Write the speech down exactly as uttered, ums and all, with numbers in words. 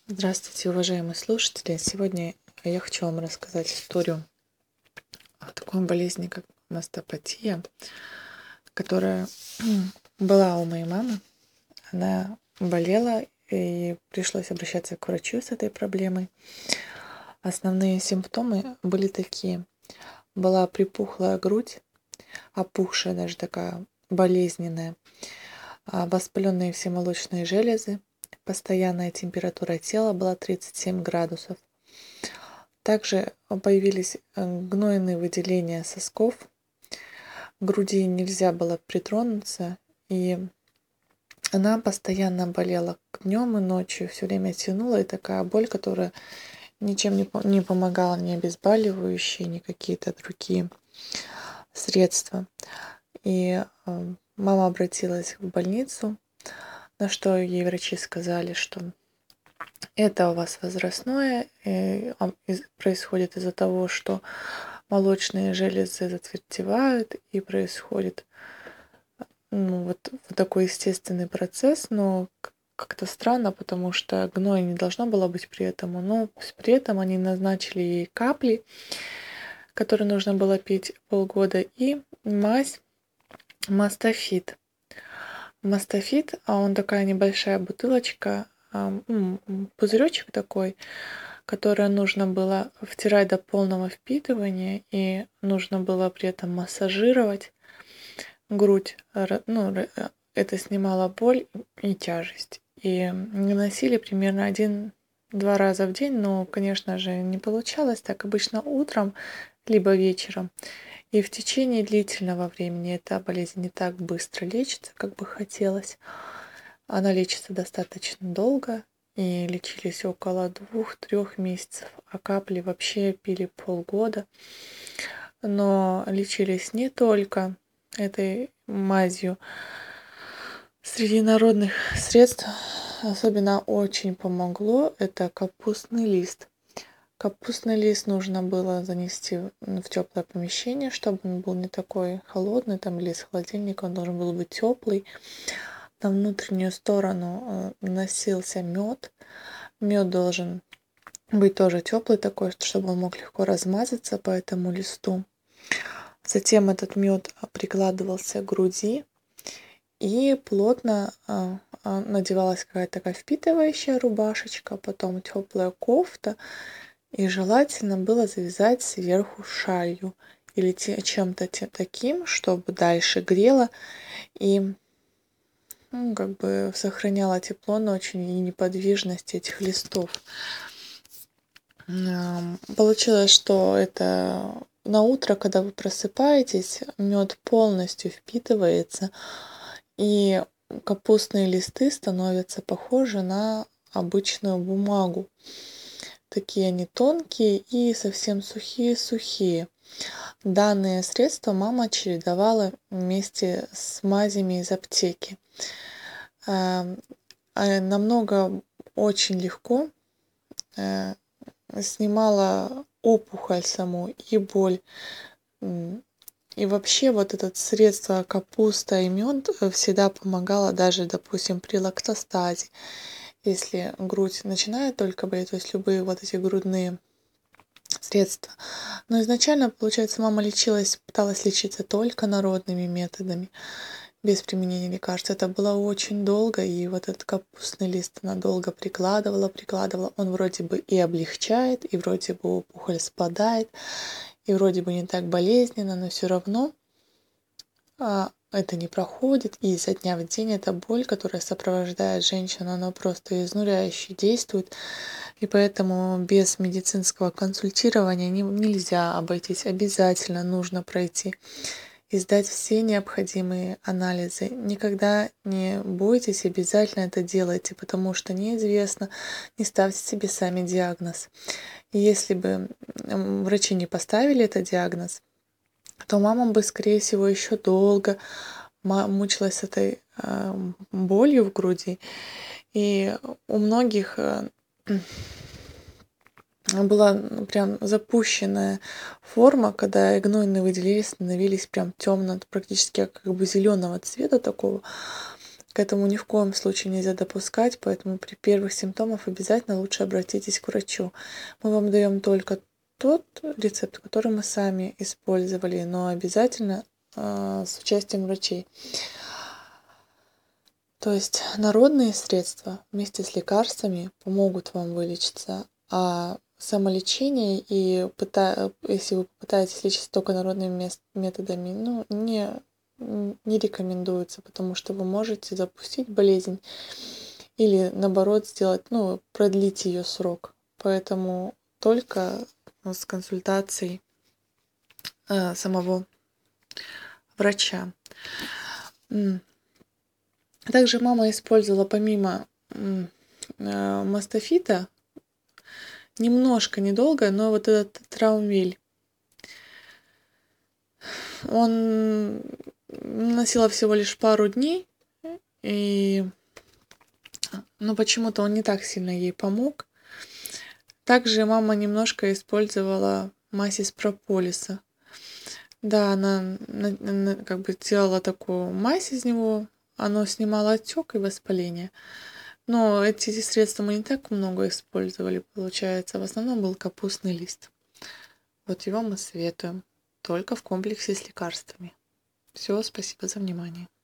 Здравствуйте, уважаемые слушатели! Сегодня я хочу вам рассказать историю о такой болезни, как мастопатия, которая была у моей мамы. Она болела, и пришлось обращаться к врачу с этой проблемой. Основные симптомы были такие. Была припухлая грудь, опухшая даже такая, болезненная, воспаленные все молочные железы, постоянная температура тела была тридцать семь градусов. Также появились гнойные выделения сосков, груди нельзя было притронуться, и она постоянно болела днем и ночью, все время тянула, и такая боль, которая ничем не помогала, ни обезболивающие, ни какие-то другие средства. И мама обратилась в больницу, на что ей врачи сказали, что это у вас возрастное, происходит из-за того, что молочные железы затвердевают, и происходит ну, вот, вот такой естественный процесс, но как-то странно, потому что гной не должно было быть при этом, но при этом они назначили ей капли, которые нужно было пить полгода, и мазь Мастофит. Мастофит, а он такая небольшая бутылочка, пузыречек такой, которое нужно было втирать до полного впитывания, и нужно было при этом массажировать грудь. Ну, это снимало боль и тяжесть. И наносили примерно один-два раза в день, но, конечно же, не получалось так, обычно утром, либо вечером. И в течение длительного времени эта болезнь не так быстро лечится, как бы хотелось. Она лечится достаточно долго, и лечились около двух-трех месяцев, а капли вообще пили полгода. Но лечились не только этой мазью. Среди народных средств особенно очень помогло это капустный лист. Капустный лист нужно было занести в теплое помещение, чтобы он был не такой холодный, там, или из холодильника, он должен был быть теплый. На внутреннюю сторону наносился мед. Мед должен быть тоже теплый такой, чтобы он мог легко размазаться по этому листу. Затем этот мед прикладывался к груди, и плотно надевалась какая-то такая впитывающая рубашечка, потом теплая кофта, и желательно было завязать сверху шалью или чем-то таким, чтобы дальше грело и ну, как бы сохраняло тепло ночью и неподвижность этих листов. Получилось, что это на утро, когда вы просыпаетесь, мед полностью впитывается, и капустные листы становятся похожи на обычную бумагу. Такие они тонкие и совсем сухие-сухие. Данные средства мама чередовала вместе с мазями из аптеки. Намного очень легко снимала опухоль саму и боль. И вообще вот это средство капуста и мед всегда помогало даже, допустим, при лактостазе. Если грудь начинает только болеть, то есть любые вот эти грудные средства. Но изначально, получается, мама лечилась, пыталась лечиться только народными методами, без применения лекарств. Это было очень долго, и вот этот капустный лист она долго прикладывала, прикладывала. Он вроде бы и облегчает, и вроде бы опухоль спадает, и вроде бы не так болезненно, но все равно а, это не проходит, и изо дня в день эта боль, которая сопровождает женщину, она просто изнуряюще действует, и поэтому без медицинского консультирования не, нельзя обойтись, обязательно нужно пройти и сдать все необходимые анализы. Никогда не бойтесь, обязательно это делайте, потому что неизвестно, не ставьте себе сами диагноз. И если бы врачи не поставили этот диагноз, то мама бы, скорее всего, еще долго мучилась этой э, болью в груди. И у многих э, была прям запущенная форма, когда гнойные выделения становились прям темно, практически как бы зеленого цвета такого, к этому ни в коем случае нельзя допускать, поэтому при первых симптомах обязательно лучше обратитесь к врачу. Мы вам даем только тот рецепт, который мы сами использовали, но обязательно э, с участием врачей. То есть народные средства вместе с лекарствами помогут вам вылечиться, а самолечение и пыта... если вы попытаетесь лечиться только народными методами, ну, не, не рекомендуется, потому что вы можете запустить болезнь или, наоборот, сделать, ну, продлить ее срок. Поэтому только с консультацией э, самого врача. Также мама использовала помимо э, мастафита немножко, недолго, но вот этот траумвиль. Он носила всего лишь пару дней, и но почему-то он не так сильно ей помог. Также мама немножко использовала мазь из прополиса. Да, она как бы делала такую мазь из него, оно снимало отек и воспаление. Но эти средства мы не так много использовали, получается. В основном был капустный лист. Вот его мы советуем только в комплексе с лекарствами. Все, спасибо за внимание.